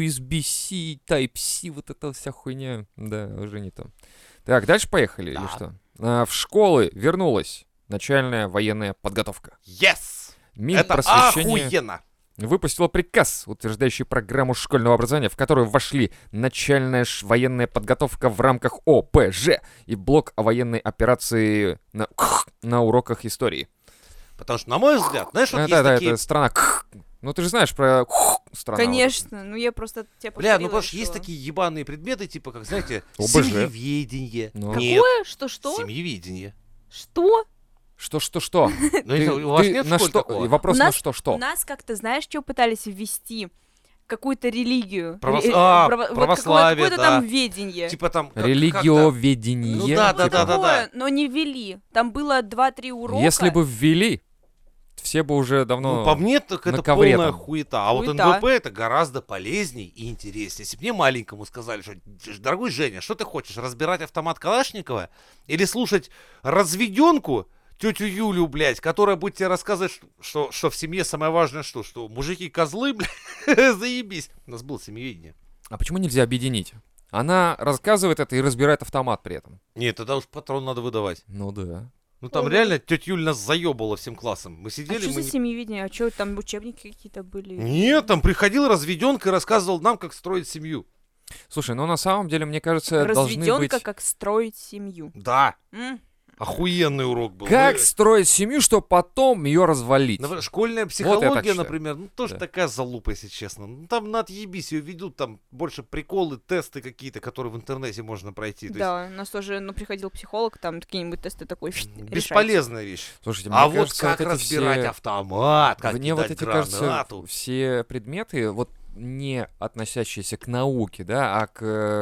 USB-C, Type-C, вот эта вся хуйня, да, уже не то. Так, дальше поехали или Да. что? В школы вернулась начальная военная подготовка. Yes! Это Минпросвещение охуенно! выпустила приказ, утверждающий программу школьного образования, в которую вошли начальная военная подготовка в рамках ОПЖ и блок о военной операции на уроках истории. Потому что, на мой взгляд, знаешь, вот есть Да, такие... это страна. Ну ты же знаешь про страну. Конечно, ну я просто тебя Бля, повторила, ну потому что есть что- такие ебаные предметы, типа, как, знаете, ОБЖ. семьеведение. Ну. Нет, Какое? Что? семьеведение. Что? Что? Ну, это у вас нет в на школе что? такого? Вопрос У на нас- что? У нас как-то, знаешь, что пытались ввести? Какую-то религию. Вот православие, какое-то да. там ведение. Типа там... Религиоведение. Ну да, да, да, да. Такое, но не ввели. Там было 2-3 урока. Если бы ввели, все бы уже давно... Ну, по мне, так на это ковре полная там. хуета. А вот Хуета. НВП это гораздо полезней и интереснее. Если бы мне маленькому сказали, что, дорогой Женя, что ты хочешь, разбирать автомат Калашникова? Или слушать разведенку тетю Юлю, блядь, которая будет тебе рассказывать, что в семье самое важное что мужики козлы, блядь, заебись. У нас было семьеведение. А почему нельзя объединить? Она рассказывает это и разбирает автомат при этом. Нет, тогда уж патрон надо выдавать. Ну да. Ну там Ой. реально тетя Юля нас заебала всем классом. Мы А сидели, что мы... за семьеведение? А что, там учебники какие-то были? Нет, там приходил разведенка и рассказывал нам, как строить семью. Слушай, ну на самом деле, мне кажется, должны Разведенка, быть... как строить семью. Да, М? охуенный урок был. Как Мы- строить семью, чтобы потом ее развалить? Например, школьная я психология, так считаю. например, ну тоже Да. такая залупа, если честно. Ну там на отъебись ее ведут, там больше приколы, тесты какие-то, которые в интернете можно пройти. То Да, у нас тоже, приходил психолог, там какие-нибудь тесты такой есть решать. бесполезная вещь. Слушайте, А мне вот кажется, как вот эти разбирать все... автомат, как Мне вот кидать эти, кажется, гранату. все предметы, вот не относящиеся к науке, да, а к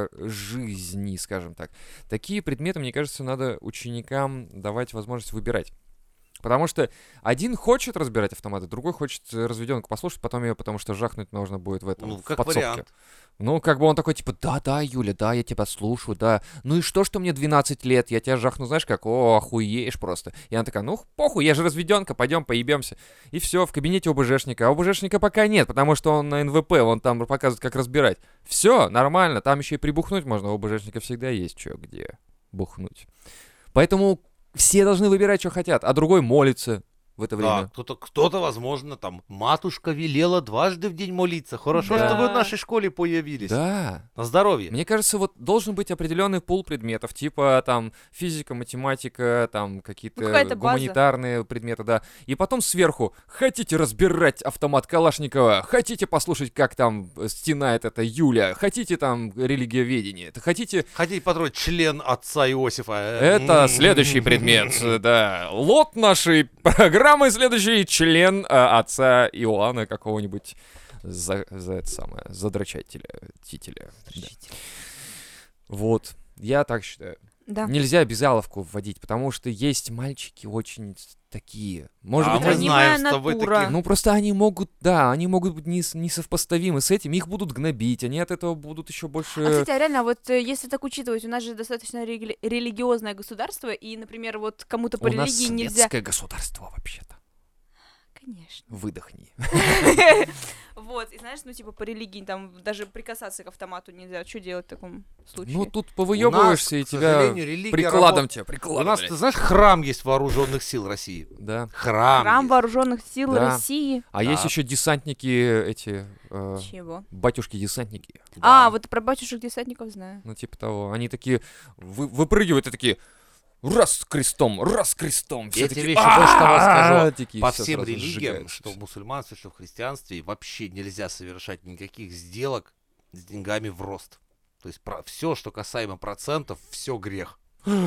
жизни, скажем так. Такие предметы, мне кажется, надо ученикам давать возможность выбирать. Потому что один хочет разбирать автоматы, другой хочет разведенку послушать, потом ее, потому что жахнуть нужно будет в этом, Ну, в как подсобке. вариант. Ну, как бы он такой, типа, да, Юля, да, я тебя слушаю, да. Ну и что мне 12 лет, я тебя жахну, знаешь как, о, охуеешь просто. И она такая, ну, похуй, я же разведенка, пойдем поебемся. И все, в кабинете ОБЖшника. А ОБЖшника пока нет, потому что он на НВП, он там показывает, как разбирать. Все, нормально, там еще и прибухнуть можно, у ОБЖшника всегда есть что, где бухнуть. Поэтому все должны выбирать, что хотят, а другой молится. в это Да, время. кто-то, возможно, там, матушка велела дважды в день молиться. Хорошо, Да. что вы в нашей школе появились. Да. На здоровье. Мне кажется, вот должен быть определенный пул предметов, типа там физика, математика, там какие-то какая-то база. гуманитарные предметы, да. И потом сверху: хотите разбирать автомат Калашникова, хотите послушать, как там стенает эта Юля, хотите там религиоведение, хотите... Хотите потроить член отца Иосифа? Это следующий предмет, да. Лот нашей программы следующий — член отца Иоанна какого-нибудь за это самое, задрачателя, тителя. Да. Вот, я так считаю. Да. Нельзя обязаловку вводить, потому что есть мальчики очень такие. Может быть, мы они... знаем Ранимая с тобой натура. таких. Ну, просто они могут, да, они могут быть несовпоставимы с этим, их будут гнобить, они от этого будут еще больше... А, кстати, а реально, вот если так учитывать, у нас же достаточно религиозное государство, и, например, вот кому-то по У нас религии нельзя... светское государство вообще-то. Конечно. Выдохни. Вот, и знаешь, ну, типа, по религии, там, даже прикасаться к автомату нельзя. Что делать в таком случае? Ну, тут У нас, повыебываешься, и к тебя сожалению, религия прикладом тебя, У прикладом, нас, блядь. ты знаешь, храм есть вооруженных сил России. Да. Храм есть. вооруженных сил Да. России. А есть Да. еще десантники эти, Чего? батюшки-десантники. А, вот про батюшек-десантников знаю. Ну, типа того. Они такие выпрыгивают и такие: раз крестом, раз крестом. Все Я такие: тебе еще больше того скажу. такие По всё всем сразу религиям, сжигаются что в все. мусульманстве, что в христианстве, вообще нельзя совершать никаких сделок с деньгами в рост. То есть все, что касаемо процентов, все грех.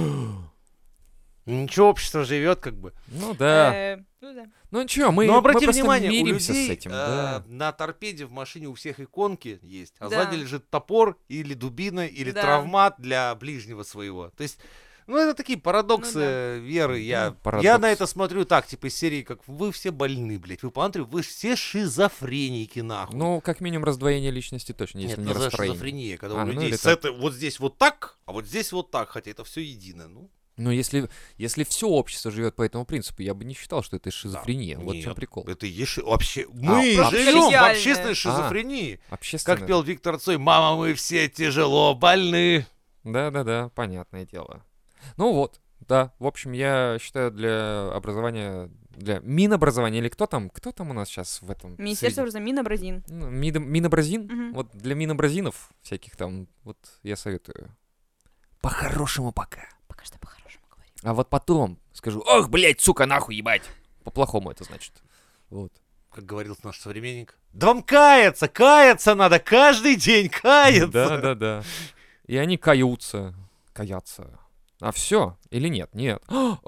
Ничего, общество живет как бы. Ну да. Ну да. Ну ничего, мы Но обрати просто внимание, у миримся людей с этим. Да. на торпеде в машине у всех иконки есть, а Да. сзади лежит топор или дубина или Да. травмат для ближнего своего. То есть, ну это такие парадоксы Ну да. веры. Я парадокс. на это смотрю так, типа из серии, как вы все больны, блядь. Вы посмотрите, вы все шизофреники нахуй. Ну, как минимум раздвоение личности точно, если Нет, не называется расстроение. шизофрения, когда А, у ну людей или с так. вот здесь вот так, а вот здесь вот так, хотя это все едино. Ну, Ну, если все общество живет по этому принципу, я бы не считал, что это шизофрения. Вот в чем нет, прикол. это и есть вообще. Мы просто живем в коллегиальное. общественной шизофрении. Общественно. Как пел Виктор Цой: «Мама, мы все тяжело больны». Да-да-да, понятное дело. Ну вот, да, в общем, я считаю, для образования, для Минобразования, или кто там у нас сейчас в этом? Министерство среди- образования, Минобразин. Ну, Минобразин? Мгм. Вот для Минобразинов всяких там, вот я советую. По-хорошему пока. Пока что по-хорошему говорим. А вот потом скажу: ох, блядь, сука, нахуй ебать. По-плохому это значит. Вот. Как говорил наш современник. Да вам каяться надо, каждый день каяться. Да-да-да. И они каются. А все? Или нет? Нет.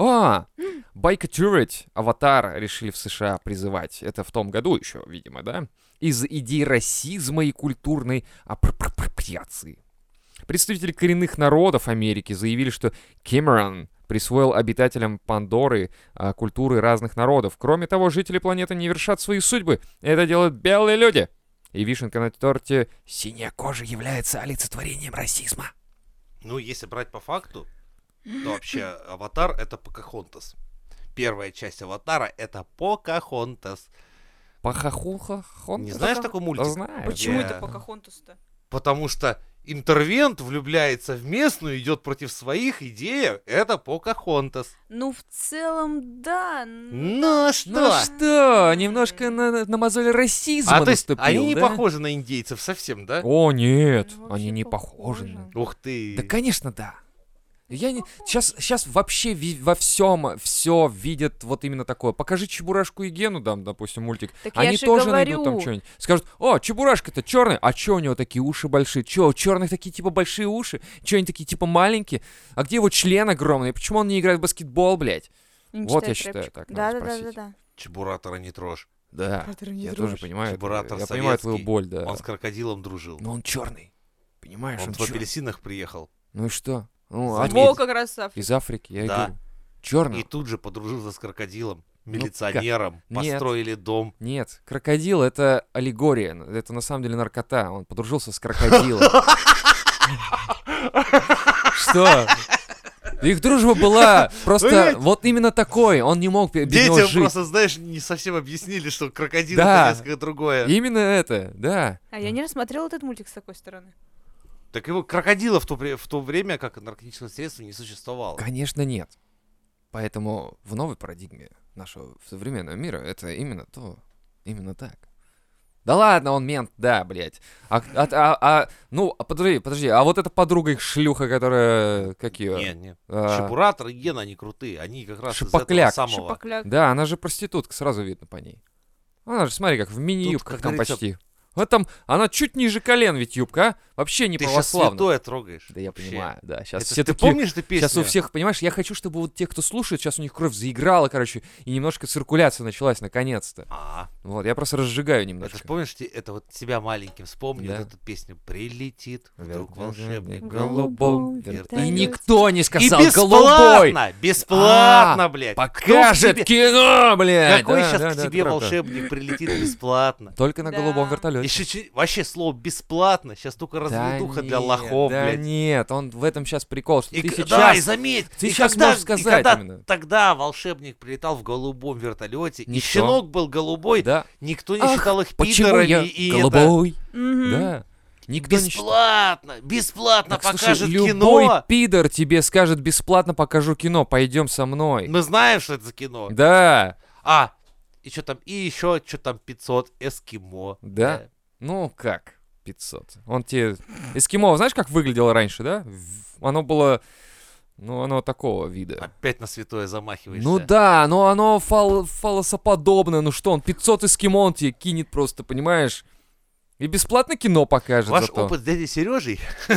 Байкатурить аватар решили в США призывать. Это в том году еще, видимо, да? Из-за идей расизма и культурной апроприации. Представители коренных народов Америки заявили, что Кэмерон присвоил обитателям Пандоры культуры разных народов. Кроме того, жители планеты не вершат свои судьбы. Это делают белые люди. И вишенка на торте: синяя кожа является олицетворением расизма. Ну, если брать по факту, то вообще Аватар — это Покахонтас. Первая часть Аватара — это Покахонтас. Пахахуха? Не знаешь такой мультик? Знаю. Почему Я- это Покахонтас-то? Потому что интервент влюбляется в местную, идет против своих идей. Это Покахонтас. Ну, в целом, да. Ну что? Ну что, немножко намазали расизма А то есть наступил, они не да? похожи на индейцев совсем, да? О, нет, Ну, вообще они не похоже. похожи. Ух ты. Да, конечно, да. Я не... Сейчас вообще во всем все видят вот именно такое. Покажи Чебурашку и Гену, допустим, мультик. Так я Они же тоже говорю. найдут там что-нибудь. Скажут: о, Чебурашка-то черный, а чё у него такие уши большие? Чё, у черных такие типа большие уши? Чё они такие типа маленькие? А где его член огромный? Почему он не играет в баскетбол, блядь? Не Вот я читает считаю, рэпчик. так надо Да. спросить. Чебуратора не трожь. Да, я тоже понимаю. Чебуратор Я понимаю твою советский. боль, да. Он с крокодилом дружил. Но он черный. Понимаешь, Он он в чёрный. апельсинах приехал. Ну и что? Ну, Заметь. Во, как раз Африка. из Африки, я и Да. говорю. Черный. И тут же подружился с крокодилом, Ну милиционером, как? Нет. построили дом. Нет, крокодил — это аллегория, это на самом деле наркота. Он подружился с крокодилом. Что? Их дружба была просто Понимаете? вот именно такой. Он не мог без него Детям жить. просто, знаешь, не совсем объяснили, что крокодил Да. это несколько другое. Именно это, да. А я не рассмотрела этот мультик с такой стороны. Так его крокодила в то время как наркотического средства не существовало. Конечно, нет. Поэтому в новой парадигме нашего современного мира, это именно то. Именно так. Да ладно, он мент, да, блядь. Подожди, а вот эта подруга их шлюха, которая, как ее? Не. Шипуратор и Гена, они крутые. Они как раз Шипокляк. из этого самого... Шипокляк. Да, она же проститутка, сразу видно по ней. Она же, смотри, как в мини-юбках как там говорится, почти. Вот там, она чуть ниже колен ведь юбка, а? Вообще не Ты сейчас православно. святое трогаешь. Да я Вообще. понимаю, да. Сейчас Это все ты такие... помнишь эту песню? Сейчас у всех, понимаешь, я хочу, чтобы вот те, кто слушает, сейчас у них кровь заиграла, короче, и немножко циркуляция началась наконец-то. Вот, я просто разжигаю Это немножко. ж помнишь, это вот себя маленьким вспомни, Да. вот эту песню «Прилетит вдруг волшебник голубом вертолёте». И никто не И сказал голубой. бесплатно, блядь. Покажет Кто к тебе- кино, блядь. Какой Да, сейчас да, к да, тебе это правда. волшебник прилетит бесплатно? Только на Да. голубом вертолете. Еще вообще слово бесплатно, сейчас только разведуха для лохов, да блядь. нет, он в этом сейчас прикол, что И ты к- сейчас... Да, и заметь, ты и сейчас когда- можешь и сказать когда именно. тогда волшебник прилетал в голубом вертолете, и Никто. щенок был голубой, Да. никто не Ах, считал их почему пидорами я и голубой? Мгм. Да. Никто не считал. бесплатно Так, слушай, покажет любой кино. пидор тебе скажет бесплатно покажу кино, пойдем со мной. Мы знаем, что это за кино. Да. И что там, и еще что там 500 эскимо. Да. Ну как 500? Он тебе... Эскимо, знаешь, как выглядело раньше, да? Оно было... Ну, оно такого вида. Опять на святое замахиваешься. Ну да, но оно фалосоподобное. Ну что, он 500 эскимо он тебе кинет просто, понимаешь? И бесплатно кино покажет Ваш зато. опыт с дядей Сережей?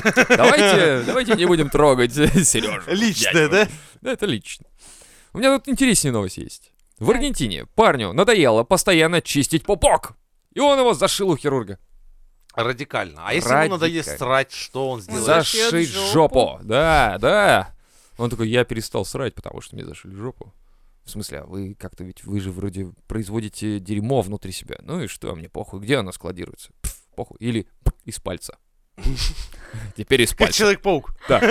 Давайте не будем трогать Сережу. Личное, да? Да, это лично. У меня тут интереснее новость есть. В Аргентине парню надоело постоянно чистить пупок. И он его зашил у хирурга. Радикально. А если ему надоест Радикально. срать, что он сделает? Зашьёт Зашить жопу. жопу. Да. Он такой, я перестал срать, потому что мне зашили жопу. В смысле, а вы как-то ведь, вы же вроде производите дерьмо внутри себя. Ну и что, мне похуй, где оно складируется? Похуй. Или из пальца. Теперь из Как пальца. Человек-паук.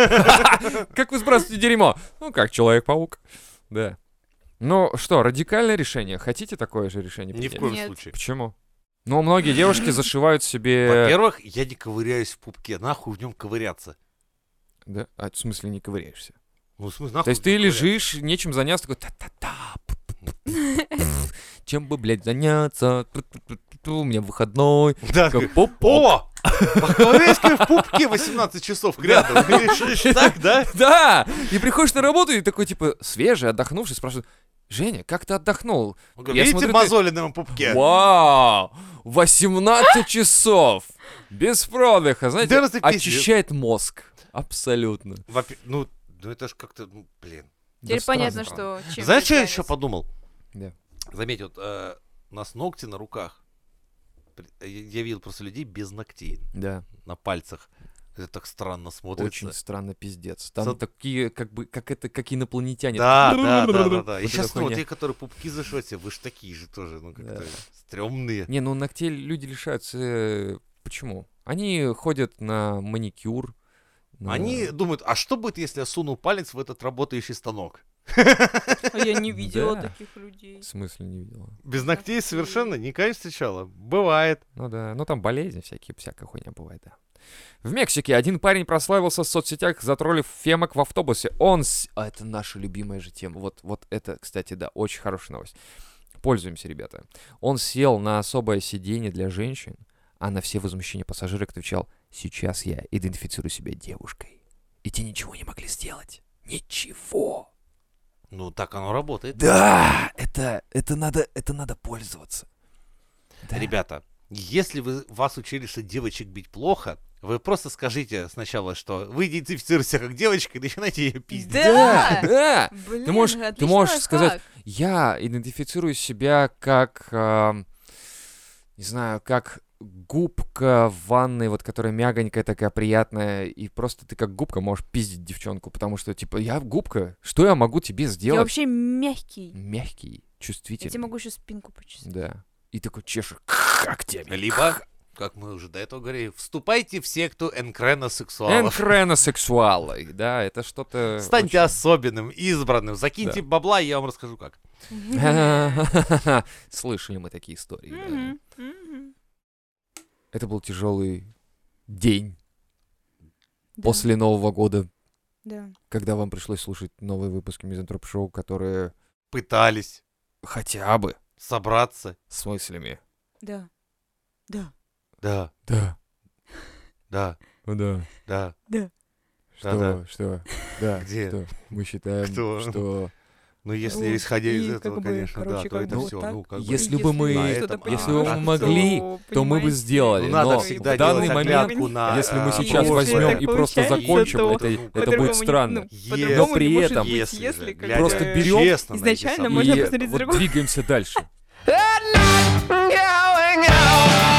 Как вы сбрасываете дерьмо? Ну, как Человек-паук. Да. Ну что, радикальное решение. Хотите такое же решение? Ни в принять? коем Нет. случае. Почему? Ну, многие девушки зашивают себе... Во-первых, я не ковыряюсь в пупке. Нахуй в нем ковыряться. Да? А в смысле не ковыряешься? Ну, в смысле, нахуй То есть в ты нем ковыряться? лежишь, нечем заняться, такой та-та-та. Чем бы, блядь, заняться? У меня выходной. Да, Такой, такой, о! Поковыряйся в пупке 18 часов рядом. Так, да? Да! И приходишь на работу и такой, типа, свежий, отдохнувший, спрашивают, Женя, как ты отдохнул? Он говорит, Я видите смотрю, ты- мозоли на моем пупке? Вау! 18 часов! Без продыха, знаете, 95 очищает мозг. Абсолютно. Ну это ж как-то, блин. Теперь Да понятно, странно. что... чем Знаешь, что я питались. еще подумал? Да. Заметь, вот у нас ногти на руках. Я видел просто людей без ногтей Да, на пальцах. Это так странно смотрится. очень странно, пиздец. Там За- такие, как инопланетяне. Да. И Вот сейчас, эта ну, хуйня. те, которые пупки зашивают, вы же такие же тоже, ну, как-то Да. стрёмные. Не, ну ногтей люди лишаются. Почему? Они ходят на маникюр. на- Они думают, а что будет, если я суну палец в этот работающий станок? А я не видела Да. таких людей. В смысле не видела? Без ногтей совершенно никогда не встречала. Бывает. Ну да, ну там болезни всякие, всякая хуйня бывает, да. В Мексике один парень прославился в соцсетях, затроллив фемок в автобусе. Это наша любимая же тема. Вот это, кстати, да, очень хорошая новость. Пользуемся, ребята. Он сел на особое сиденье для женщин, а на все возмущения пассажирок отвечал: «Сейчас я идентифицирую себя девушкой». И те ничего не могли сделать. Ничего. Ну, так оно работает. Да, это надо пользоваться. Да. Ребята, если вас учили, что девочек бить плохо, вы просто скажите сначала, что вы идентифицируете себя как девочка и начинайте ее пиздить. Да! Да. Блин, Ты можешь отличный сказать, лайфхак. я идентифицирую себя как, не знаю, как губка в ванной, вот которая мягонькая, такая приятная, и просто ты как губка можешь пиздить девчонку, потому что, типа, я губка, что я могу тебе Я сделать? вообще мягкий. Мягкий, Я чувствительный. тебе могу еще спинку почесать. Да. И такой чешешь когтями. Либо, как мы уже до этого говорили, вступайте в секту энкреносексуалов. Энкреносексуалы, да, это что-то... Станьте очень- особенным, избранным, закиньте Да. бабла, и я вам расскажу как. Слышали мы такие истории, да. Мгм, мгм. Это был тяжелый день Да, после Нового года, да. когда вам пришлось слушать новые выпуски Мизантроп Шоу, которые... Пытались. хотя бы собраться. с мыслями. Да. Да. Да, Да, да, да. да. Что, да, Где? что? Мы считаем, Кто? что... Ну, если Вот, исходя из и этого, как бы, конечно, короче, да, то как это бы вот все, так. ну, как бы... Если бы мы- на что-то этом, если а бы как мы в могли, целом? то мы бы понимаете, сделали. Ну, надо но всегда в данный делать момент, оглядку на, если мы И сейчас если возьмем так и просто получается, закончим, то это по-другому будет не- странно. ну, Если- по-другому Но при не может этом, быть, Если если же, как Просто бы берем честно изначально найти можно и посмотреть вот другого. двигаемся дальше. Going out.